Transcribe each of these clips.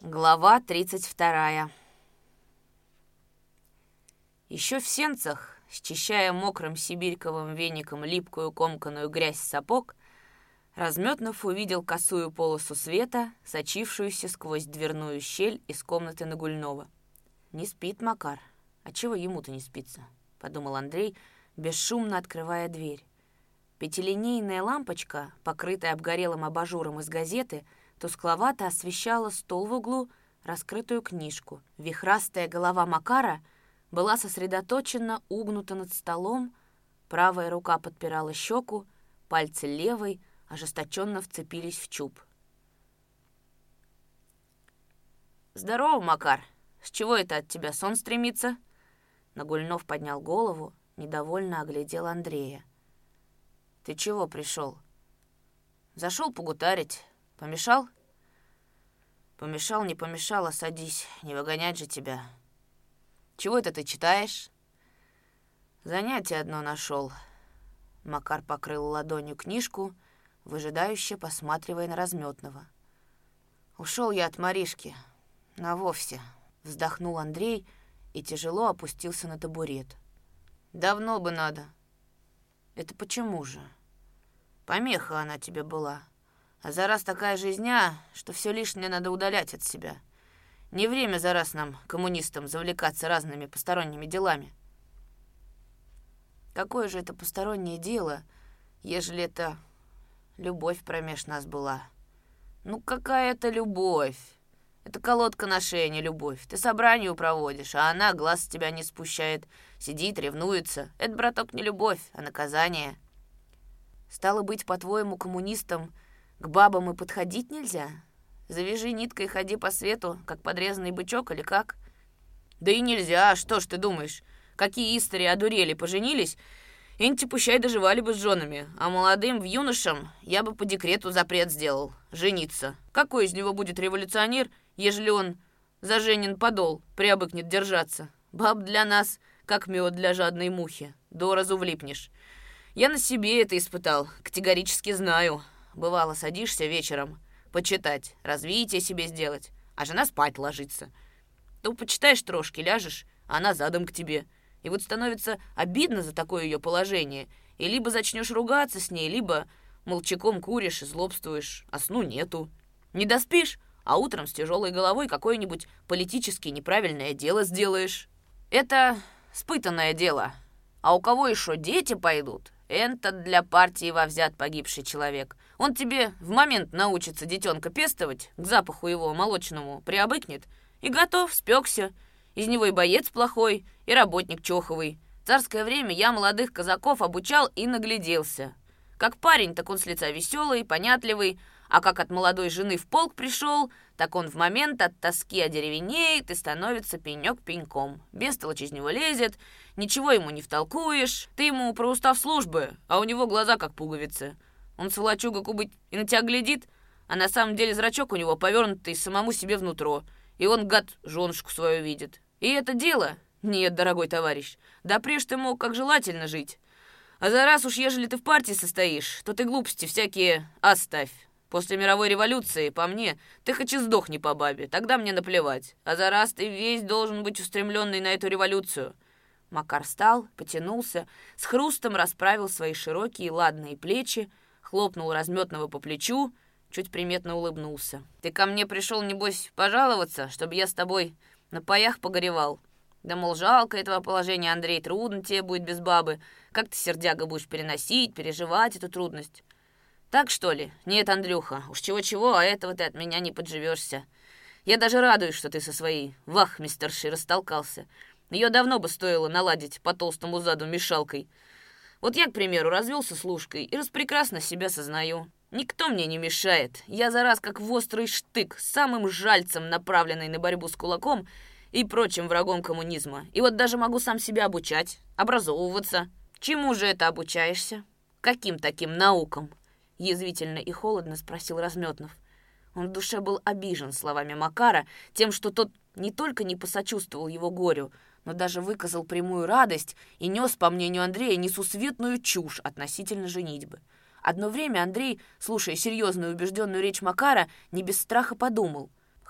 Глава 32. Еще в сенцах, счищая мокрым сибирьковым веником липкую комканую грязь с сапог, Разметнов увидел косую полосу света, сочившуюся сквозь дверную щель из комнаты Нагульнова. «Не спит Макар. А чего ему-то не спится?» — подумал Андрей, бесшумно открывая дверь. Пятилинейная лампочка, покрытая обгорелым абажуром из газеты, тускловато освещала стол в углу, раскрытую книжку. Вихрастая голова Макара была сосредоточенно угнута над столом, правая рука подпирала щеку, пальцы левой ожесточенно вцепились в чуб. «Здорово, Макар! С чего это от тебя сон стремится?» Нагульнов поднял голову, недовольно оглядел Андрея. «Ты чего пришел?» «Зашел погутарить. Помешал?» «Помешал, не помешал, а садись, не выгонять же тебя». «Чего это ты читаешь?» «Занятие одно нашел». Макар покрыл ладонью книжку, выжидающе посматривая на Разметного. «Ушел я от Маришки. Навовсе», — вздохнул Андрей и тяжело опустился на табурет. «Давно бы надо». «Это почему же?» «Помеха она тебе была. А за раз такая жизня, что все лишнее надо удалять от себя. Не время за раз нам, коммунистам, завлекаться разными посторонними делами». «Какое же это постороннее дело, ежели это любовь промеж нас была?» «Ну какая это любовь? Это колодка на шее, не любовь. Ты собранию проводишь, а она глаз с тебя не спущает, сидит, ревнуется. Это, браток, не любовь, а наказание». «Стало быть, по-твоему, коммунистам к бабам и подходить нельзя? Завяжи ниткой и ходи по свету, как подрезанный бычок или как?» «Да и нельзя, что ж ты думаешь? Какие истори одурели, поженились? Инти пущай доживали бы с женами, а молодым в юношам я бы по декрету запрет сделал — жениться. Какой из него будет революционер, ежели он за Женин подол приобыкнет держаться? Баб для нас, как мед для жадной мухи, до разу влипнешь. Я на себе это испытал, категорически знаю. Бывало, садишься вечером почитать, развитие себе сделать, а жена спать ложится. То почитаешь трошки, ляжешь, а она задом к тебе. И вот становится обидно за такое ее положение, и либо начнешь ругаться с ней, либо молчаком куришь и злобствуешь, а сну нету. Не доспишь, а утром с тяжелой головой какое-нибудь политически неправильное дело сделаешь. Это спытанное дело. А у кого еще дети пойдут, это для партии вовзят погибший человек. Он тебе в момент научится детенка пестовать, к запаху его молочному приобыкнет, и готов, спекся. Из него и боец плохой, и работник чоховый. В царское время я молодых казаков обучал и нагляделся. Как парень, так он с лица веселый, понятливый, а как от молодой жены в полк пришел, так он в момент от тоски одеревенеет и становится пенек пеньком. Бестолочь из него лезет, ничего ему не втолкуешь. Ты ему про устав службы, а у него глаза как пуговицы. Он, сволочуга, кубыть, и на тебя глядит, а на самом деле зрачок у него повернутый самому себе внутрь. И он, гад, женушку свою видит. И это дело? Нет, дорогой товарищ, да прежде ты мог как желательно жить. А за раз уж ежели ты в партии состоишь, то ты глупости всякие оставь. После мировой революции, по мне, ты хоть и сдохни по бабе, тогда мне наплевать. А за раз ты весь должен быть устремленный на эту революцию». Макар встал, потянулся, с хрустом расправил свои широкие ладные плечи, хлопнул Разметного по плечу, чуть приметно улыбнулся. «Ты ко мне пришел, небось, пожаловаться, чтобы я с тобой на паях погоревал? Да, мол, жалко этого положения, Андрей, трудно тебе будет без бабы. Как ты, сердяга, будешь переносить, переживать эту трудность? Так, что ли? Нет, Андрюха, уж чего-чего, а этого ты от меня не подживешься. Я даже радуюсь, что ты со своей вахмистершей растолкался. Ее давно бы стоило наладить по толстому заду мешалкой. Вот я, к примеру, развелся с Лушкой и распрекрасно себя сознаю. Никто мне не мешает. Я за раз как в острый штык, самым жальцем, направленный на борьбу с кулаком и прочим врагом коммунизма. И вот даже могу сам себя обучать, образовываться. Чему же это обучаешься? Каким таким наукам?» Язвительно и холодно спросил Разметнов. Он в душе был обижен словами Макара, тем, что тот не только не посочувствовал его горю, но даже выказал прямую радость и нес, по мнению Андрея, несусветную чушь относительно женитьбы. Одно время Андрей, слушая серьезную и убежденную речь Макара, не без страха подумал: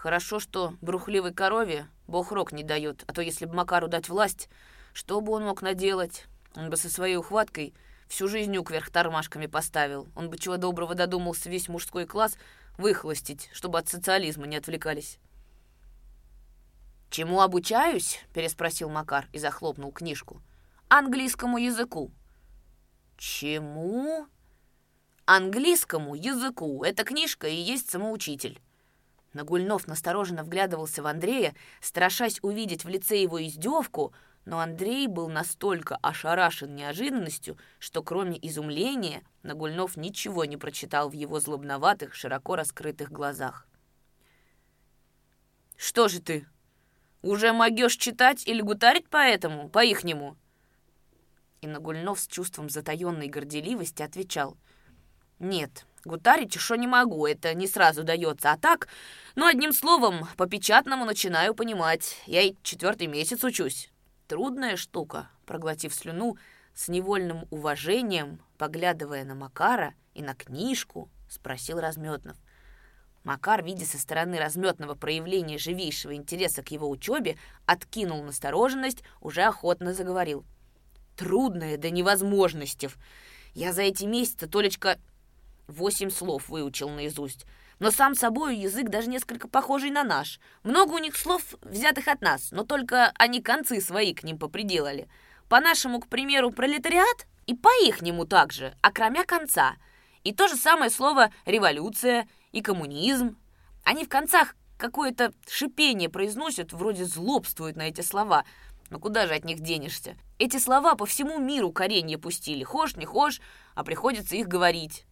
Хорошо, что брухливой корове Бог рог не дает, а то если бы Макару дать власть, что бы он мог наделать? Он бы со своей ухваткой всю жизнь кверх тормашками поставил. Он бы чего доброго додумался весь мужской класс выхолостить, чтобы от социализма не отвлекались. «Чему обучаюсь?» — переспросил Макар и захлопнул книжку. «Английскому языку». «Чему?» «Английскому языку. Эта книжка и есть самоучитель». Нагульнов настороженно вглядывался в Андрея, страшась увидеть в лице его издевку, но Андрей был настолько ошарашен неожиданностью, что кроме изумления Нагульнов ничего не прочитал в его злобноватых, широко раскрытых глазах. «Что же ты, уже могешь читать или гутарить по-ихнему?» И Нагульнов с чувством затаенной горделивости отвечал: «Нет, гутарить еще не могу, это не сразу дается, а так, одним словом, по-печатному начинаю понимать. Я и 4-й месяц учусь». «Трудная штука», — проглотив слюну, с невольным уважением, поглядывая на Макара и на книжку, спросил Разметнов. Макар, видя со стороны Разметного проявление живейшего интереса к его учебе, откинул настороженность, уже охотно заговорил. «Трудная до невозможности. Я за эти месяцы, Толечка, 8 слов выучил наизусть. Но сам собою язык даже несколько похожий на наш. Много у них слов, взятых от нас, но только они концы свои к ним поприделали. По-нашему, к примеру, пролетариат, и по-ихнему также, а кроме конца. И то же самое слово «революция» и «коммунизм». Они в концах какое-то шипение произносят, вроде злобствуют на эти слова. Но куда же от них денешься? Эти слова по всему миру коренья пустили. Хошь, не хошь, а приходится их говорить.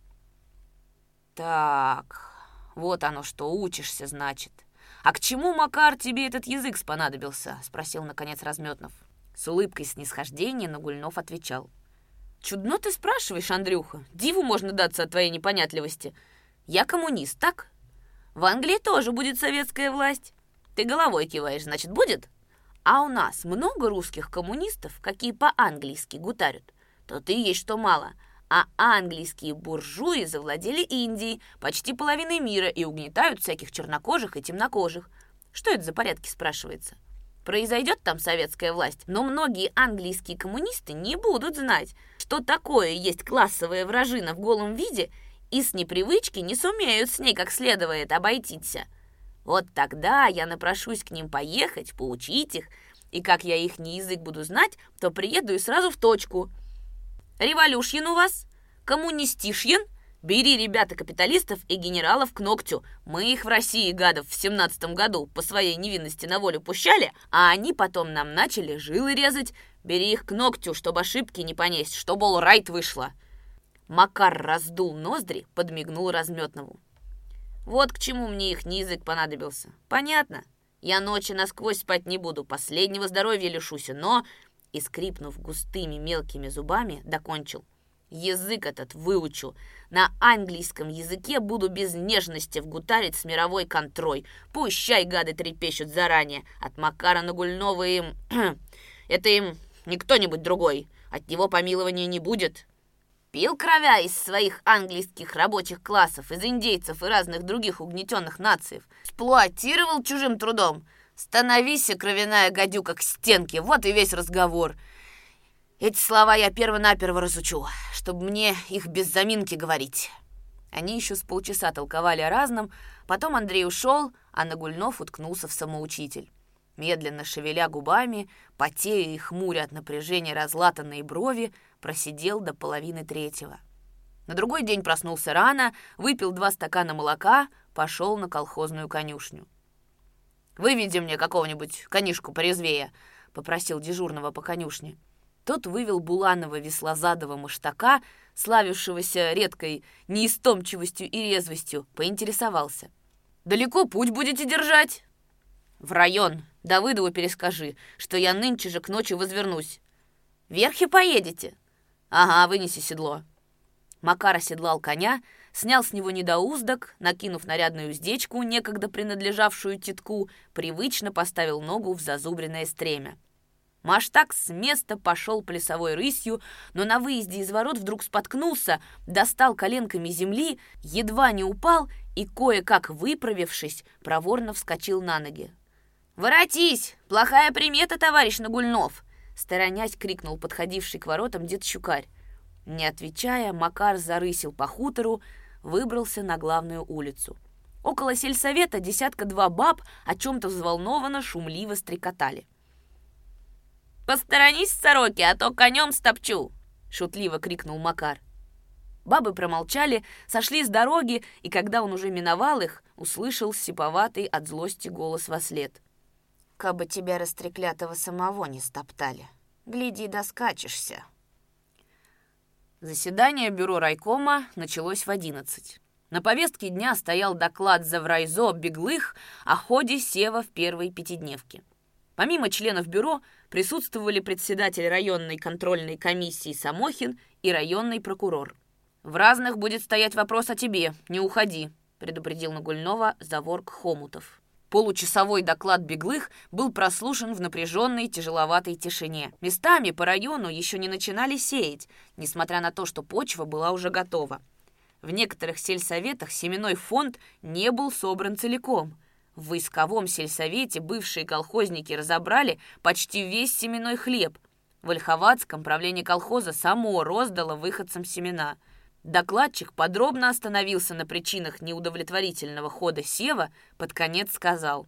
Так, вот оно что, учишься, значит. А к чему, Макар, тебе этот язык спонадобился? Спросил, наконец, Разметнов. С улыбкой снисхождения Нагульнов отвечал. Чудно ты спрашиваешь, Андрюха. Диву можно даться от твоей непонятливости. Я коммунист, так? В Англии тоже будет советская власть. Ты головой киваешь, значит, будет? А у нас много русских коммунистов, какие по-английски гутарят. То ты есть что мало. А английские буржуи завладели Индией, почти половиной мира, и угнетают всяких чернокожих и темнокожих. Что это за порядки, спрашивается? Произойдет там советская власть, но многие английские коммунисты не будут знать, что такое есть классовая вражина в голом виде, и с непривычки не сумеют с ней как следует обойтись. Вот тогда я напрошусь к ним поехать, поучить их, и как я ихний язык буду знать, то приеду и сразу в точку. Революшьен у вас? Коммунистишьен? Бери, ребята, капиталистов и генералов к ногтю. Мы их в России, гадов, в 17-м году по своей невинности на волю пущали, а они потом нам начали жилы резать. Бери их к ногтю, чтобы ошибки не понесть, чтобы all right вышло». Макар раздул ноздри, подмигнул Разметнову. «Вот к чему мне их язык понадобился. Понятно? Я ночи насквозь спать не буду, последнего здоровья лишусь, но...» И, скрипнув густыми мелкими зубами, докончил. «Язык этот выучу. На английском языке буду без нежности вгутарить с мировой контрой. Пущай гады трепещут заранее. От Макара Нагульнова им... это им не кто-нибудь другой. От него помилования не будет». Пил кровя из своих английских рабочих классов, из индейцев и разных других угнетенных наций. Сплуатировал чужим трудом. Становись, кровяная гадюка, к стенке. Вот и весь разговор. Эти слова я перво-наперво разучу, чтобы мне их без заминки говорить». Они еще с полчаса толковали о разном, потом Андрей ушел, а Нагульнов уткнулся в самоучитель. Медленно шевеля губами, потея и хмуря от напряжения разлатанные брови, просидел до 2:30. На другой день проснулся рано, выпил 2 стакана молока, пошел на колхозную конюшню. «Выведи мне какого-нибудь конишку порезвее», — попросил дежурного по конюшне. Тот вывел буланого веслозадого мыштака, славившегося редкой неистомчивостью и резвостью, поинтересовался. «Далеко путь будете держать?» «В район. Давыдову перескажи, что я нынче же к ночи возвернусь». «Верхи поедете?» «Ага, вынеси седло». Макар оседлал коня, снял с него недоуздок, накинув нарядную уздечку, некогда принадлежавшую титку, привычно поставил ногу в зазубренное стремя. Маштак с места пошел плясовой рысью, но на выезде из ворот вдруг споткнулся, достал коленками земли, едва не упал и, кое-как выправившись, проворно вскочил на ноги. «Воротись! Плохая примета, товарищ Нагульнов!» Сторонясь, крикнул подходивший к воротам дед Щукарь. Не отвечая, Макар зарысил по хутору, выбрался на главную улицу. Около сельсовета 1-2 баб о чем-то взволнованно, шумливо стрекотали. «Посторонись, сороки, а то конем стопчу!» — шутливо крикнул Макар. Бабы промолчали, сошли с дороги, и когда он уже миновал их, услышал сиповатый от злости голос вослед. «Кабы тебя, растреклятого, самого не стоптали. Гляди, доскачешься». Заседание бюро райкома началось в 11. На повестке дня стоял доклад заврайзо Беглых о ходе сева в первой пятидневке. Помимо членов бюро присутствовали председатель районной контрольной комиссии Самохин и районный прокурор. «В разных будет стоять вопрос о тебе, не уходи», — предупредил Нагульнова заворк Хомутов. Получасовой доклад Беглых был прослушан в напряженной тяжеловатой тишине. Местами по району еще не начинали сеять, несмотря на то, что почва была уже готова. В некоторых сельсоветах семенной фонд не был собран целиком. В войсковом сельсовете бывшие колхозники разобрали почти весь семенной хлеб. В Ольховатском правление колхоза само роздало выходцам семена. Докладчик подробно остановился на причинах неудовлетворительного хода сева, под конец сказал: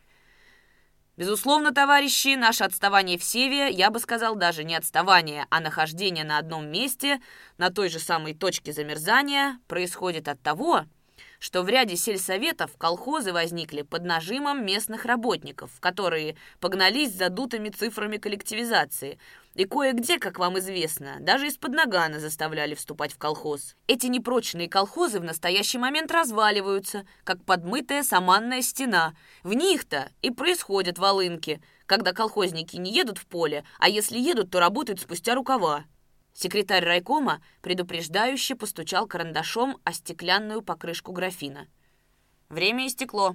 «Безусловно, товарищи, наше отставание в севе, я бы сказал, даже не отставание, а нахождение на одном месте, на той же самой точке замерзания, происходит от того, что в ряде сельсоветов колхозы возникли под нажимом местных работников, которые погнались за дутыми цифрами коллективизации, и кое-где, как вам известно, даже из-под нагана заставляли вступать в колхоз. Эти непрочные колхозы в настоящий момент разваливаются, как подмытая саманная стена. В них-то и происходят волынки, когда колхозники не едут в поле, а если едут, то работают спустя рукава». Секретарь райкома предупреждающе постучал карандашом о стеклянную покрышку графина. «Время истекло.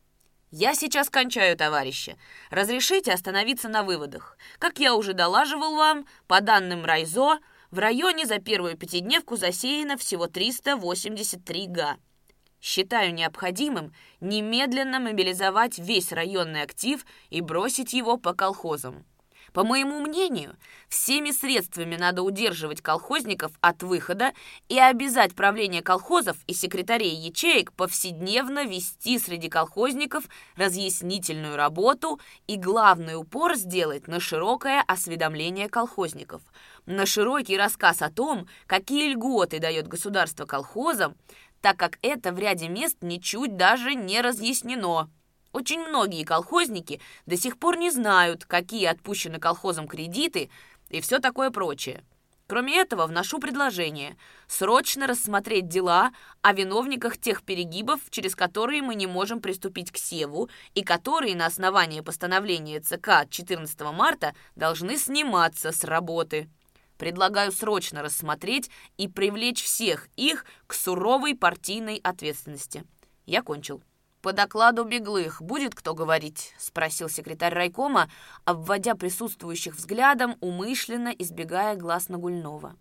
Я сейчас кончаю, товарищи. Разрешите остановиться на выводах. Как я уже долаживал вам, по данным райзо, в районе за первую пятидневку засеяно всего 383 га. Считаю необходимым немедленно мобилизовать весь районный актив и бросить его по колхозам. По моему мнению, всеми средствами надо удерживать колхозников от выхода и обязать правление колхозов и секретарей ячеек повседневно вести среди колхозников разъяснительную работу и главный упор сделать на широкое осведомление колхозников, на широкий рассказ о том, какие льготы дает государство колхозам, так как это в ряде мест ничуть даже не разъяснено. Очень многие колхозники до сих пор не знают, какие отпущены колхозам кредиты и все такое прочее. Кроме этого, вношу предложение срочно рассмотреть дела о виновниках тех перегибов, через которые мы не можем приступить к севу и которые на основании постановления ЦК от 14 марта должны сниматься с работы. Предлагаю срочно рассмотреть и привлечь всех их к суровой партийной ответственности. Я кончил. «По докладу Беглых будет кто говорить?» — спросил секретарь райкома, обводя присутствующих взглядом, умышленно избегая глаз Нагульнова.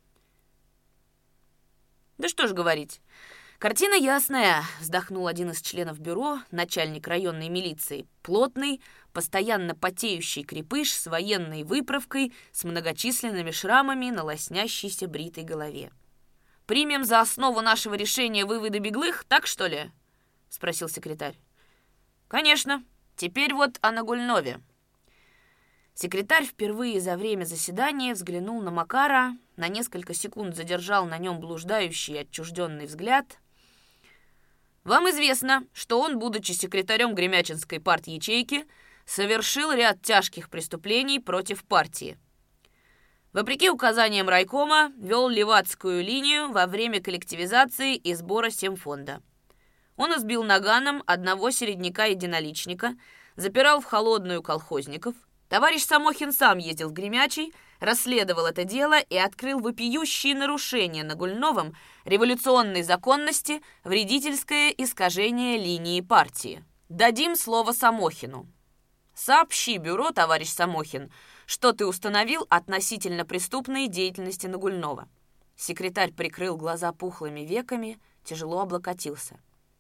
«Да что ж говорить. Картина ясная», — вздохнул один из членов бюро, начальник районной милиции, плотный, постоянно потеющий крепыш с военной выправкой, с многочисленными шрамами на лоснящейся бритой голове. «Примем за основу нашего решения выводы Беглых, так что ли?» — спросил секретарь. «Конечно. Теперь вот о Нагульнове». Секретарь впервые за время заседания взглянул на Макара, на несколько секунд задержал на нем блуждающий отчужденный взгляд. «Вам известно, что он, будучи секретарем Гремячинской партячейки, совершил ряд тяжких преступлений против партии. Вопреки указаниям райкома, вел левацкую линию во время коллективизации и сбора семфонда. Он избил наганом одного середняка-единоличника, запирал в холодную колхозников. Товарищ Самохин сам ездил в Гремячий, расследовал это дело и открыл вопиющие нарушения Нагульновым революционной законности, вредительское искажение линии партии. Дадим слово Самохину. Сообщи бюро, товарищ Самохин, Что ты установил относительно преступной деятельности Нагульнова?» Секретарь прикрыл глаза пухлыми веками, тяжело облокотился.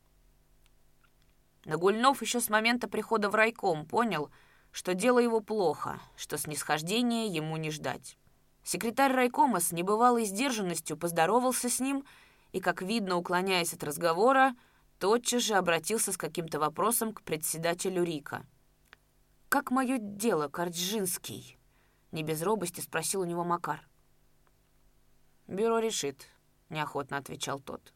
Нагульнов еще с момента прихода в райком понял, что дело его плохо, что снисхождения ему не ждать. Секретарь райкома с небывалой сдержанностью поздоровался с ним и, как видно, уклоняясь от разговора, тотчас же обратился с каким-то вопросом к председателю РИКа. «Как мое дело, Корджинский?» — не без робости спросил у него Макар. «Бюро решит», — неохотно отвечал тот.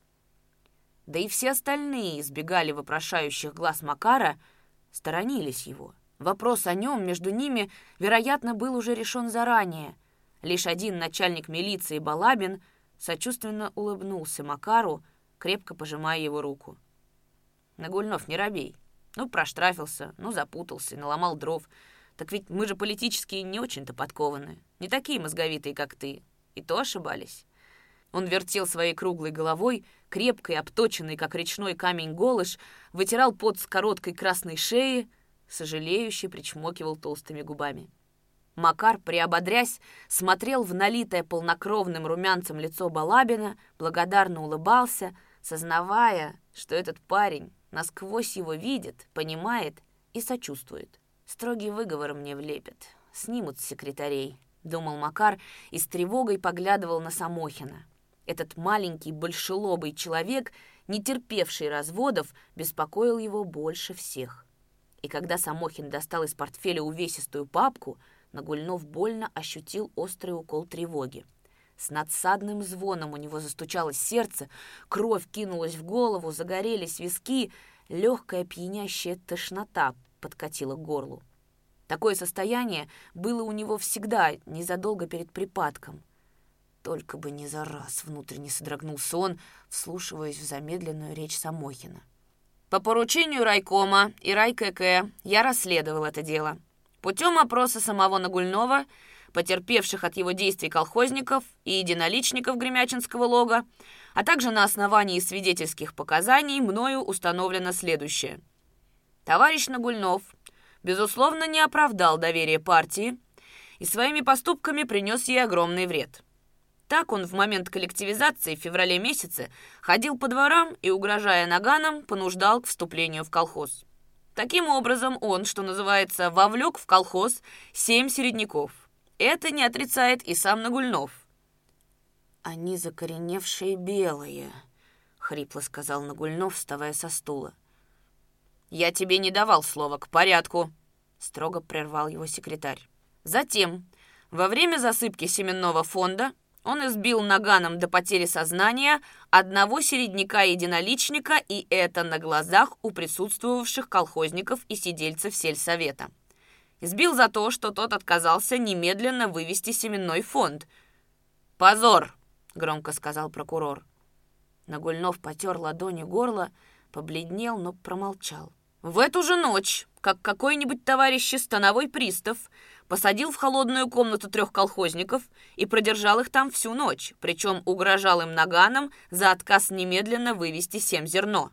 Да и все остальные избегали вопрошающих глаз Макара, сторонились его. Вопрос о нем между ними, вероятно, был уже решен заранее. Лишь один начальник милиции Балабин сочувственно улыбнулся Макару, крепко пожимая его руку. «Нагульнов, не робей. Проштрафился, запутался, наломал дров. Так ведь мы же политически не очень-то подкованы. Не такие мозговитые, как ты. И то ошибались». Он вертел своей круглой головой, крепкой, обточенной, как речной камень голыш, вытирал пот с короткой красной шеи, сожалеюще причмокивал толстыми губами. Макар, приободрясь, смотрел в налитое полнокровным румянцем лицо Балабина, благодарно улыбался, сознавая, что этот парень насквозь его видит, понимает и сочувствует. «Строгий выговор мне влепят, снимут с секретарей», — думал Макар и с тревогой поглядывал на Самохина. Этот маленький большелобый человек, не терпевший разводов, беспокоил его больше всех. И когда Самохин достал из портфеля увесистую папку, Нагульнов больно ощутил острый укол тревоги. С надсадным звоном у него застучалось сердце, кровь кинулась в голову, загорелись виски, легкая пьянящая тошнота подкатила к горлу. Такое состояние было у него всегда, незадолго перед припадком. «Только бы не за раз», — внутренне содрогнулся он, вслушиваясь в замедленную речь Самохина. «По поручению райкома и райКК я расследовал это дело. Путем опроса самого Нагульнова, потерпевших от его действий колхозников и единоличников Гремячинского лога, а также на основании свидетельских показаний мною установлено следующее. Товарищ Нагульнов, безусловно, не оправдал доверие партии и своими поступками принес ей огромный вред. Так он в момент коллективизации в феврале месяце ходил по дворам и, угрожая наганом, понуждал к вступлению в колхоз. Таким образом, он, что называется, вовлек в колхоз 7 середняков. Это не отрицает и сам Нагульнов». «Они закореневшие белые», — хрипло сказал Нагульнов, вставая со стула. «Я тебе не давал слова, к порядку», — строго прервал его секретарь. Затем, во время засыпки семенного фонда, он избил наганом до потери сознания одного середняка-единоличника, и это на глазах у присутствовавших колхозников и сидельцев сельсовета. Избил за то, что тот отказался немедленно вывести семенной фонд. «Позор!» — громко сказал прокурор. Нагульнов потер ладонью горло, побледнел, но промолчал. В эту же ночь, как какой-нибудь товарищ становой пристав, посадил в холодную комнату 3 колхозников и продержал их там всю ночь, причем угрожал им наганом за отказ немедленно вывести 7 зерно.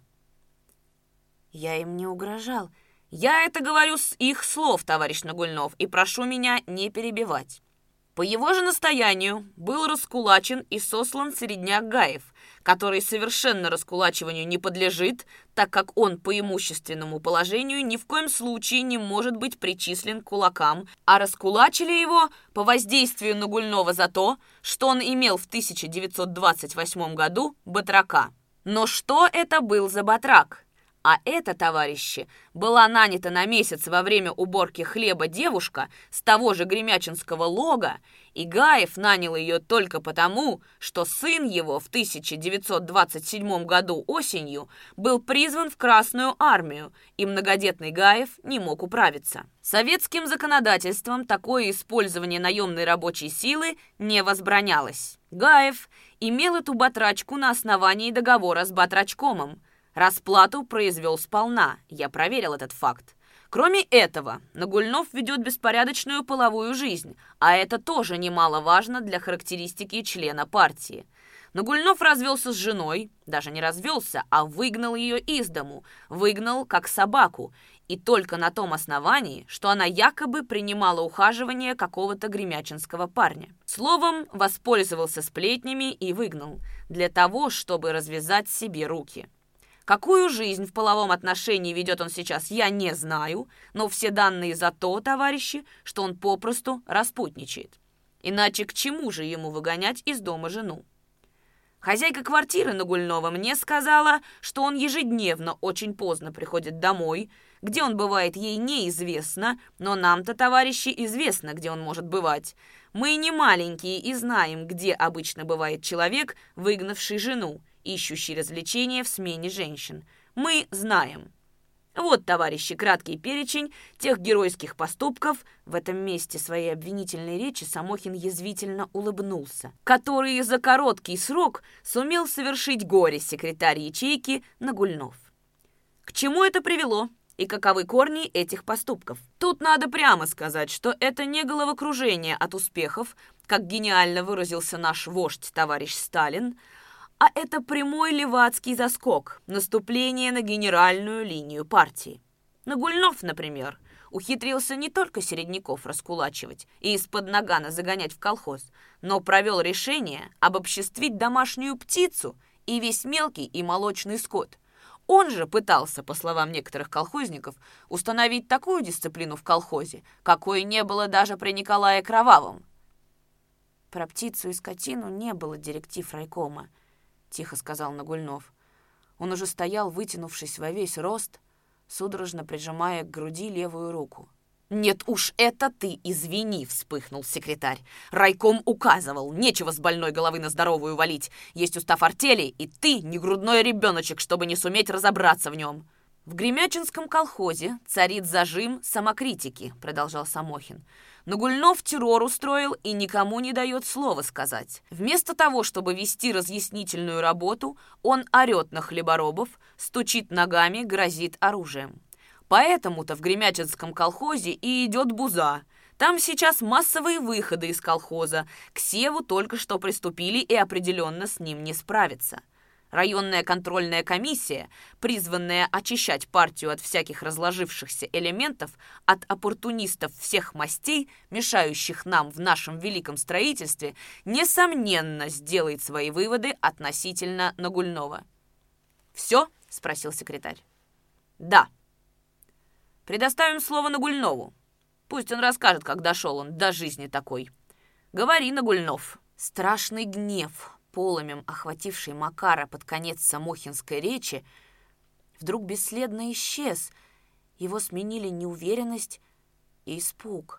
«Я им не угрожал. Я это говорю с их слов, товарищ Нагульнов, и прошу меня не перебивать. По его же настоянию был раскулачен и сослан середняк Гаев, который совершенно раскулачиванию не подлежит, так как он по имущественному положению ни в коем случае не может быть причислен к кулакам, а раскулачили его по воздействию Нагульнова за то, что он имел в 1928 году батрака. Но что это был за батрак? А это, товарищи, была нанята на месяц во время уборки хлеба девушка с того же Гремячинского лога, и Гаев нанял ее только потому, что сын его в 1927 году осенью был призван в Красную армию, и многодетный Гаев не мог управиться. Советским законодательством такое использование наемной рабочей силы не возбранялось. Гаев имел эту батрачку на основании договора с батрачкомом. Расплату произвел сполна, я проверил этот факт. Кроме этого, Нагульнов ведет беспорядочную половую жизнь, а это тоже немаловажно для характеристики члена партии. Нагульнов развелся с женой, даже не развелся, а выгнал ее из дому, выгнал как собаку, и только на том основании, что она якобы принимала ухаживание какого-то гремячинского парня. Словом, воспользовался сплетнями и выгнал, для того, чтобы развязать себе руки. Какую жизнь в половом отношении ведет он сейчас, я не знаю, но все данные за то, товарищи, что он попросту распутничает. Иначе к чему же ему выгонять из дома жену? Хозяйка квартиры Нагульнова мне сказала, что он ежедневно очень поздно приходит домой. Где он бывает, ей неизвестно, но нам-то, товарищи, известно, где он может бывать. Мы не маленькие и знаем, где обычно бывает человек, выгнавший жену, ищущий развлечения в смене женщин. Мы знаем. Вот, товарищи, краткий перечень тех геройских поступков, в этом месте своей обвинительной речи Самохин язвительно улыбнулся, которые за короткий срок сумел совершить горе-секретарь ячейки Нагульнов. К чему это привело и каковы корни этих поступков? Тут надо прямо сказать, что это не головокружение от успехов, как гениально выразился наш вождь товарищ Сталин, а это прямой левацкий заскок, наступление на генеральную линию партии. Нагульнов, например, ухитрился не только середняков раскулачивать и из-под нагана загонять в колхоз, но провел решение обобществить домашнюю птицу и весь мелкий и молочный скот. Он же пытался, по словам некоторых колхозников, установить такую дисциплину в колхозе, какой не было даже при Николае Кровавом. Про птицу и скотину не было директив райкома, тихо сказал Нагульнов. Он уже стоял, вытянувшись во весь рост, судорожно прижимая к груди левую руку. «Нет уж, это ты, извини!» — вспыхнул секретарь. «Райком указывал, нечего с больной головы на здоровую валить. Есть устав артели, и ты не грудной ребеночек, чтобы не суметь разобраться в нем». «В Гремячинском колхозе царит зажим самокритики», — продолжал Самохин. Нагульнов террор устроил и никому не дает слова сказать. Вместо того, чтобы вести разъяснительную работу, он орет на хлеборобов, стучит ногами, грозит оружием. Поэтому-то в Гремячинском колхозе и идет буза. Там сейчас массовые выходы из колхоза. К Севу только что приступили и определенно с ним не справиться. Районная контрольная комиссия, призванная очищать партию от всяких разложившихся элементов, от оппортунистов всех мастей, мешающих нам в нашем великом строительстве, несомненно сделает свои выводы относительно Нагульнова. «Все?» – спросил секретарь. «Да». «Предоставим слово Нагульнову. Пусть он расскажет, как дошел он до жизни такой. Говори, Нагульнов». Страшный гнев, полымем охвативший Макара под конец самохинской речи, вдруг бесследно исчез. Его сменили неуверенность и испуг.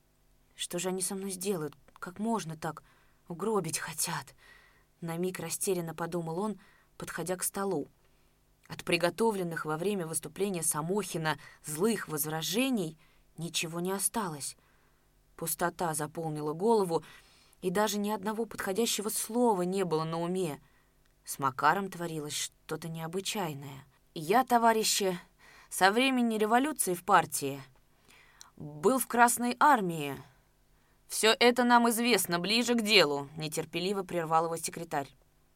Что же они со мной сделают? Как можно так? Угробить хотят. На миг растерянно подумал он, подходя к столу. От приготовленных во время выступления Самохина злых возражений ничего не осталось. Пустота заполнила голову, и даже ни одного подходящего слова не было на уме. С Макаром творилось что-то необычайное. Я, товарищи, со времени революции в партии был в Красной армии. Все это нам известно, ближе к делу, нетерпеливо прервал его секретарь.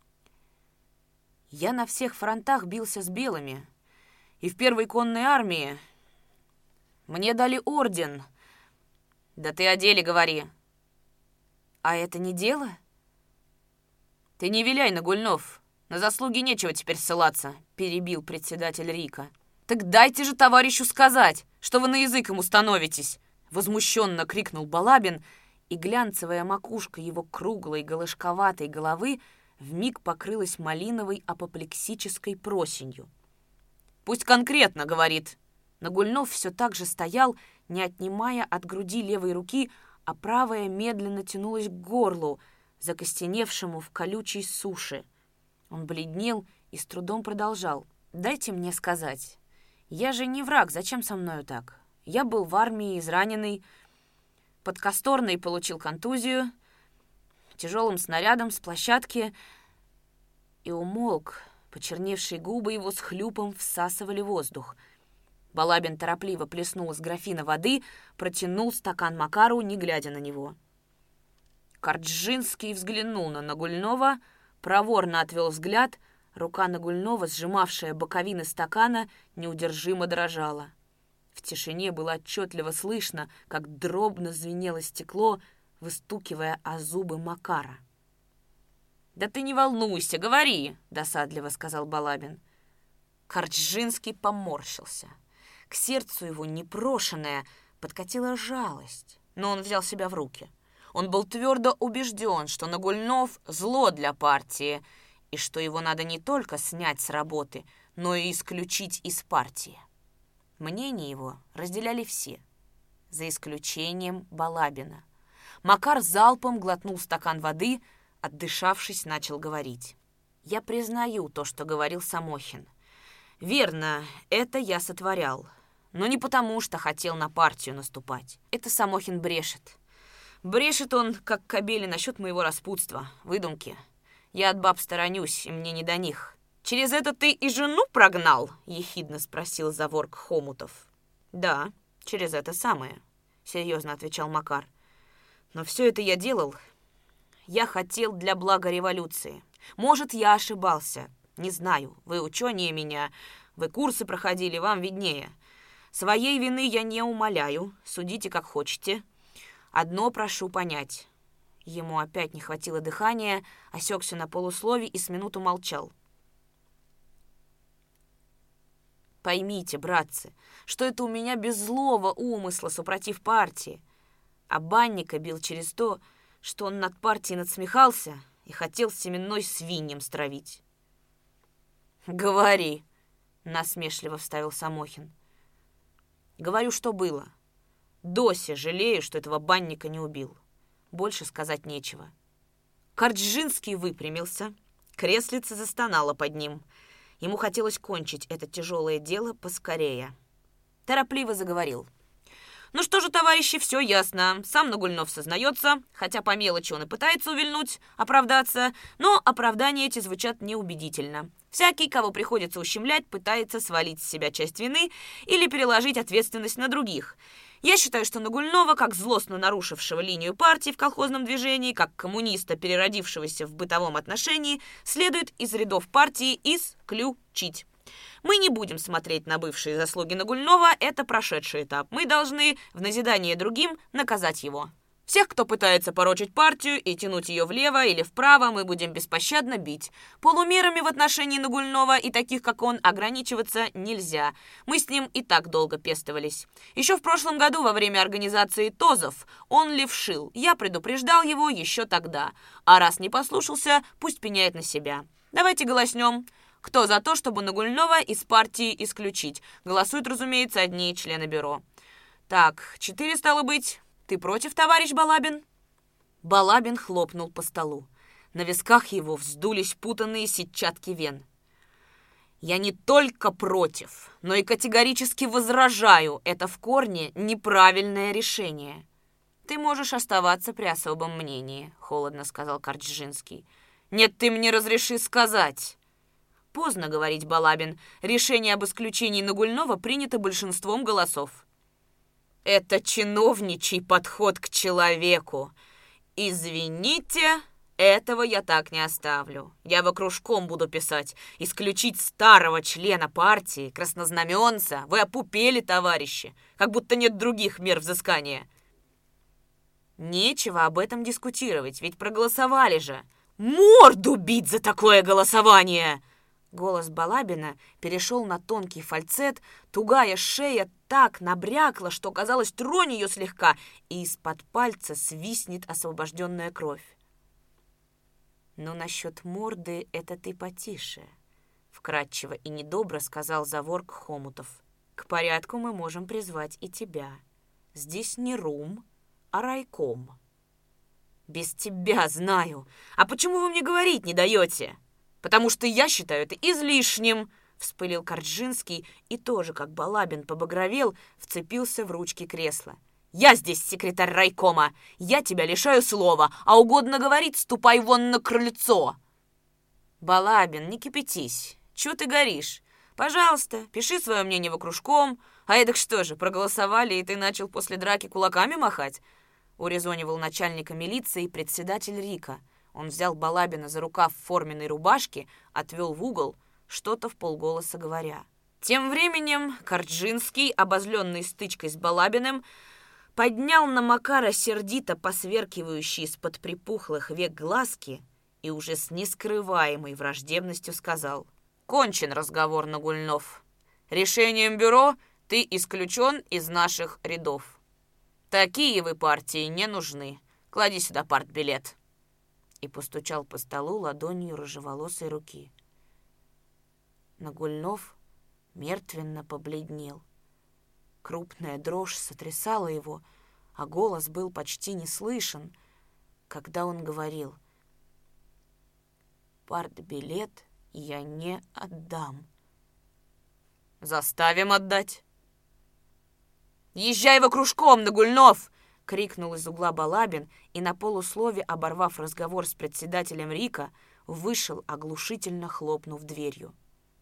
Я на всех фронтах бился с белыми, и в первой конной армии мне дали орден. Да ты о деле говори. А это не дело? Ты не виляй, Нагульнов. На заслуги нечего теперь ссылаться, перебил председатель РИКа. Так дайте же товарищу сказать, что вы на язык ему становитесь, возмущенно крикнул Балабин, и глянцевая макушка его круглой голышковатой головы вмиг покрылась малиновой апоплексической просенью. Пусть конкретно говорит. Нагульнов все так же стоял, не отнимая от груди левой руки, а правая медленно тянулась к горлу, закостеневшему в колючей суше. Он бледнел и с трудом продолжал. «Дайте мне сказать. Я же не враг, зачем со мною так? Я был в армии, израненный, под Косторной получил контузию, тяжелым снарядом с площадки, и умолк. Почерневшие губы его с хлюпом всасывали воздух. Балабин торопливо плеснул из графина воды, протянул стакан Макару, не глядя на него. Корджинский взглянул на Нагульнова, проворно отвел взгляд, рука Нагульнова, сжимавшая боковины стакана, неудержимо дрожала. В тишине было отчетливо слышно, как дробно звенело стекло, выстукивая о зубы Макара. «Да ты не волнуйся, говори!» — досадливо сказал Балабин. Корчжинский поморщился. К сердцу его непрошенная подкатила жалость, но он взял себя в руки. Он был твердо убежден, что Нагульнов — зло для партии, и что его надо не только снять с работы, но и исключить из партии. Мнение его разделяли все, за исключением Балабина. Макар залпом глотнул стакан воды, отдышавшись, начал говорить. «Я признаю то, что говорил Самохин. Верно, это я сотворял, но не потому, что хотел на партию наступать. Это Самохин брешет. Брешет он, как кобели, насчет моего распутства, выдумки. Я от баб сторонюсь, и мне не до них». «Через это ты и жену прогнал?» — ехидно спросил заворк Хомутов. «Да, через это самое», — серьезно отвечал Макар. «Но все это я делал. Я хотел для блага революции. Может, я ошибался. Не знаю, вы ученее меня, вы курсы проходили, вам виднее. Своей вины я не умаляю, судите как хотите. Одно прошу понять». Ему опять не хватило дыхания, осекся на полуслове и с минуту молчал. «Поймите, братцы, что это у меня без злого умысла супротив партии, а Банника бил через то, что он над партией надсмехался и хотел семенной свиньям стравить». «Говори», — насмешливо вставил Самохин. «Говорю, что было. Дося жалею, что этого Банника не убил. Больше сказать нечего». Корчжинский выпрямился, креслице застонало под ним. Ему хотелось кончить это тяжелое дело поскорее. Торопливо заговорил. «Ну что же, товарищи, все ясно. Сам Нагульнов сознается, хотя по мелочи он и пытается увильнуть, оправдаться, но оправдания эти звучат неубедительно. Всякий, кого приходится ущемлять, пытается свалить с себя часть вины или переложить ответственность на других. Я считаю, что Нагульнова, как злостно нарушившего линию партии в колхозном движении, как коммуниста, переродившегося в бытовом отношении, следует из рядов партии исключить. Мы не будем смотреть на бывшие заслуги Нагульнова, это прошедший этап. Мы должны, в назидание другим, наказать его. Всех, кто пытается порочить партию и тянуть ее влево или вправо, мы будем беспощадно бить. Полумерами в отношении Нагульнова и таких, как он, ограничиваться нельзя. Мы с ним и так долго пестовались. Еще в прошлом году, во время организации ТОЗов, он левшил. Я предупреждал его еще тогда. А раз не послушался, пусть пеняет на себя. Давайте голоснем. Кто за то, чтобы Нагульнова из партии исключить? Голосуют, разумеется, одни члены бюро. Так, 4 стало быть. Ты против, товарищ Балабин?» Балабин хлопнул по столу. На висках его вздулись путанные сетчатки вен. «Я не только против, но и категорически возражаю. Это в корне неправильное решение». «Ты можешь оставаться при особом мнении», — холодно сказал Корчжинский. «Нет, ты мне разреши сказать». «Поздно говорить, Балабин. Решение об исключении Нагульнова принято большинством голосов». «Это чиновничий подход к человеку. Извините, этого я так не оставлю. Я в кружком буду писать. Исключить старого члена партии, краснознаменца. Вы опупели, товарищи, как будто нет других мер взыскания». «Нечего об этом дискутировать, ведь проголосовали же». «Морду бить за такое голосование!» Голос Балабина перешел на тонкий фальцет, тугая шея так набрякла, что, казалось, тронь ее слегка, и из-под пальца свистнет освобожденная кровь. «Но насчет морды это ты потише», — вкратчиво и недобро сказал заворк Хомутов. «К порядку мы можем призвать и тебя. Здесь не рум, а райком». «Без тебя знаю. А почему вы мне говорить не даете?» «Потому что я считаю это излишним», — вспылил Корчжинский и тоже, как Балабин побагровел, вцепился в ручки кресла. «Я здесь секретарь райкома. Я тебя лишаю слова, а угодно говорить, ступай вон на крыльцо». «Балабин, не кипятись. Чего ты горишь? Пожалуйста, пиши свое мнение в окружком. А эдак что же, проголосовали, и ты начал после драки кулаками махать?» — урезонивал начальника милиции председатель РИКа. Он взял Балабина за рукав форменной рубашки, отвел в угол, что-то вполголоса говоря. Тем временем Корджинский, обозленный стычкой с Балабиным, поднял на Макара сердито посверкивающие из-под припухлых век глазки и уже с нескрываемой враждебностью сказал: «Кончен разговор, Нагульнов. Решением бюро ты исключен из наших рядов. Такие вы партии не нужны. Клади сюда партбилет». И постучал по столу ладонью рыжеволосой руки. Нагульнов мертвенно побледнел. Крупная дрожь сотрясала его, а голос был почти не слышен, когда он говорил: «Партбилет я не отдам». «Заставим отдать». «Езжай его кружком, Нагульнов!» — крикнул из угла Балабин и, на полуслове оборвав разговор с председателем РИКа, вышел, оглушительно хлопнув дверью.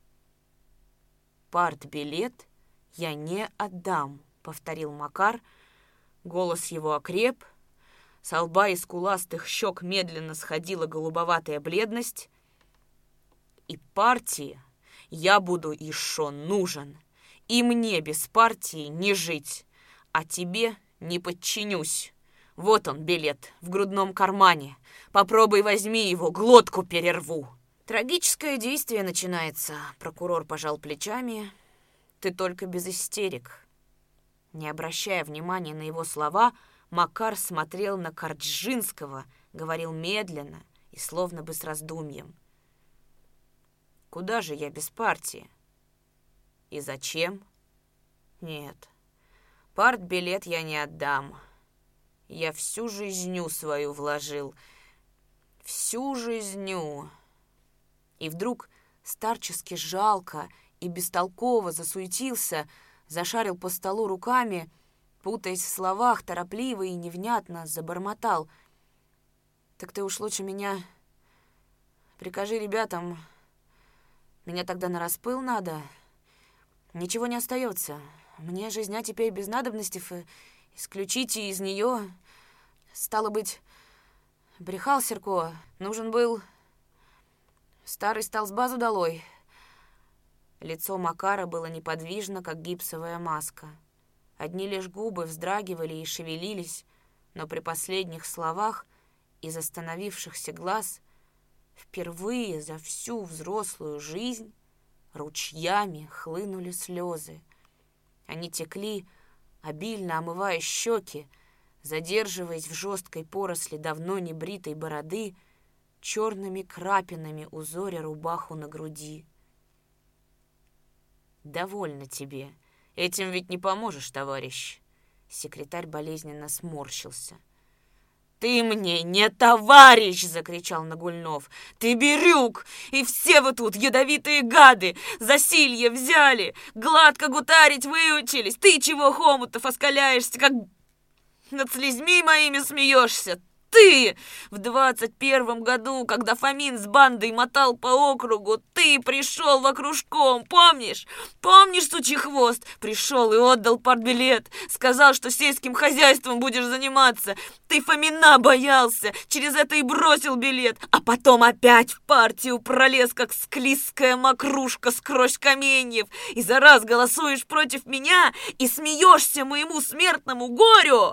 «Партбилет я не отдам», — повторил Макар. Голос его окреп, со лба и скуластых щек медленно сходила голубоватая бледность. «И партии я буду еще нужен, и мне без партии не жить, а тебе не подчинюсь. Вот он, билет, в грудном кармане. Попробуй возьми его, глотку перерву». «Трагическое действие начинается», — прокурор пожал плечами. «Ты только без истерик». Не обращая внимания на его слова, Макар смотрел на Корджинского, говорил медленно и словно бы с раздумьем. «Куда же я без партии? И зачем? Нет, партбилет я не отдам. Я всю жизнью свою вложил. Всю жизнью». И вдруг старчески жалко и бестолково засуетился, зашарил по столу руками, путаясь в словах, торопливо и невнятно забормотал: «Так ты уж лучше меня прикажи ребятам, меня тогда на распыл надо. Ничего не остается. Мне жизня теперь без надобности, исключите из нее. Стало быть, брехал Серко, нужен был. Старый стал с базу долой». Лицо Макара было неподвижно, как гипсовая маска. Одни лишь губы вздрагивали и шевелились, но при последних словах из остановившихся глаз впервые за всю взрослую жизнь ручьями хлынули слезы. Они текли, обильно омывая щеки, задерживаясь в жесткой поросли давно небритой бороды, черными крапинами узоря рубаху на груди. «Довольно тебе. Этим ведь не поможешь, товарищ». Секретарь болезненно сморщился. «Ты мне не товарищ!» — закричал Нагульнов. «Ты бирюк! И все вы тут ядовитые гады! Засилье взяли! Гладко гутарить выучились! Ты чего, Хомутов, оскаляешься, как над слезьми моими смеешься? Ты! В 21 году, когда Фомин с бандой мотал по округу, ты пришел в окружком, помнишь? Помнишь, сучий хвост? Пришел и отдал партбилет, сказал, что сельским хозяйством будешь заниматься. Ты Фомина боялся, через это и бросил билет, а потом опять в партию пролез, как склизкая мокрушка сквозь каменьев, и за раз голосуешь против меня и смеешься моему смертному горю!»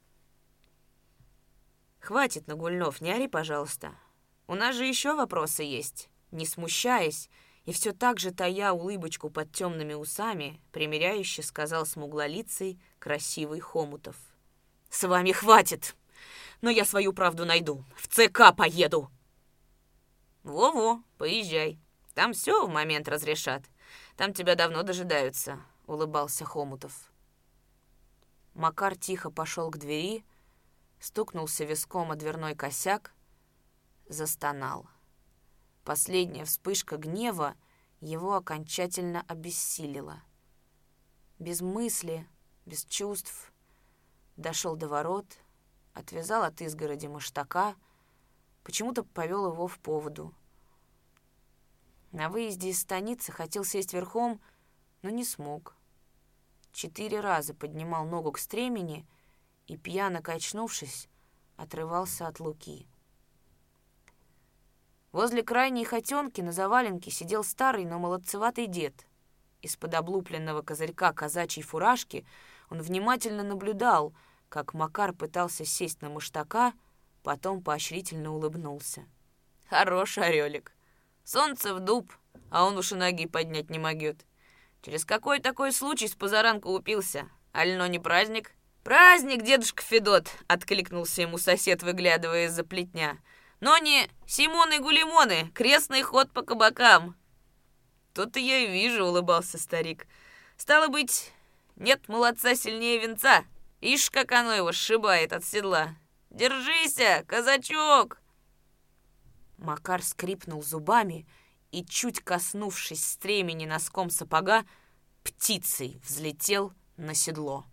«Хватит, Нагульнов, не ори, пожалуйста. У нас же еще вопросы есть». Не смущаясь и все так же тая улыбочку под темными усами, примиряюще сказал смуглолицый красивый Хомутов. «С вами хватит, но я свою правду найду. В ЦК поеду». «Во-во, поезжай. Там все в момент разрешат. Там тебя давно дожидаются», — улыбался Хомутов. Макар тихо пошел к двери, стукнулся виском о дверной косяк, застонал. Последняя вспышка гнева его окончательно обессилила. Без мысли, без чувств дошел до ворот, отвязал от изгороди Маштака, почему-то повел его в поводу. На выезде из станицы хотел сесть верхом, но не смог. 4 раза поднимал ногу к стремени и, пьяно качнувшись, отрывался от луки. Возле крайней хотенки на заваленке сидел старый, но молодцеватый дед. Из-под облупленного козырька казачьей фуражки он внимательно наблюдал, как Макар пытался сесть на муштака, потом поощрительно улыбнулся. «Хорош орелик. Солнце в дуб, а он уж и ноги поднять не могет. Через какой такой случай с позаранку упился? Ально не праздник?» «Праздник, дедушка Федот!» — откликнулся ему сосед, выглядывая из-за плетня. «Но не Симоны-гулимоны, крестный ход по кабакам!» «То-то я и вижу», — улыбался старик. «Стало быть, нет молодца сильнее венца. Ишь, как оно его сшибает от седла. Держися, казачок!» Макар скрипнул зубами и, чуть коснувшись стремени носком сапога, птицей взлетел на седло.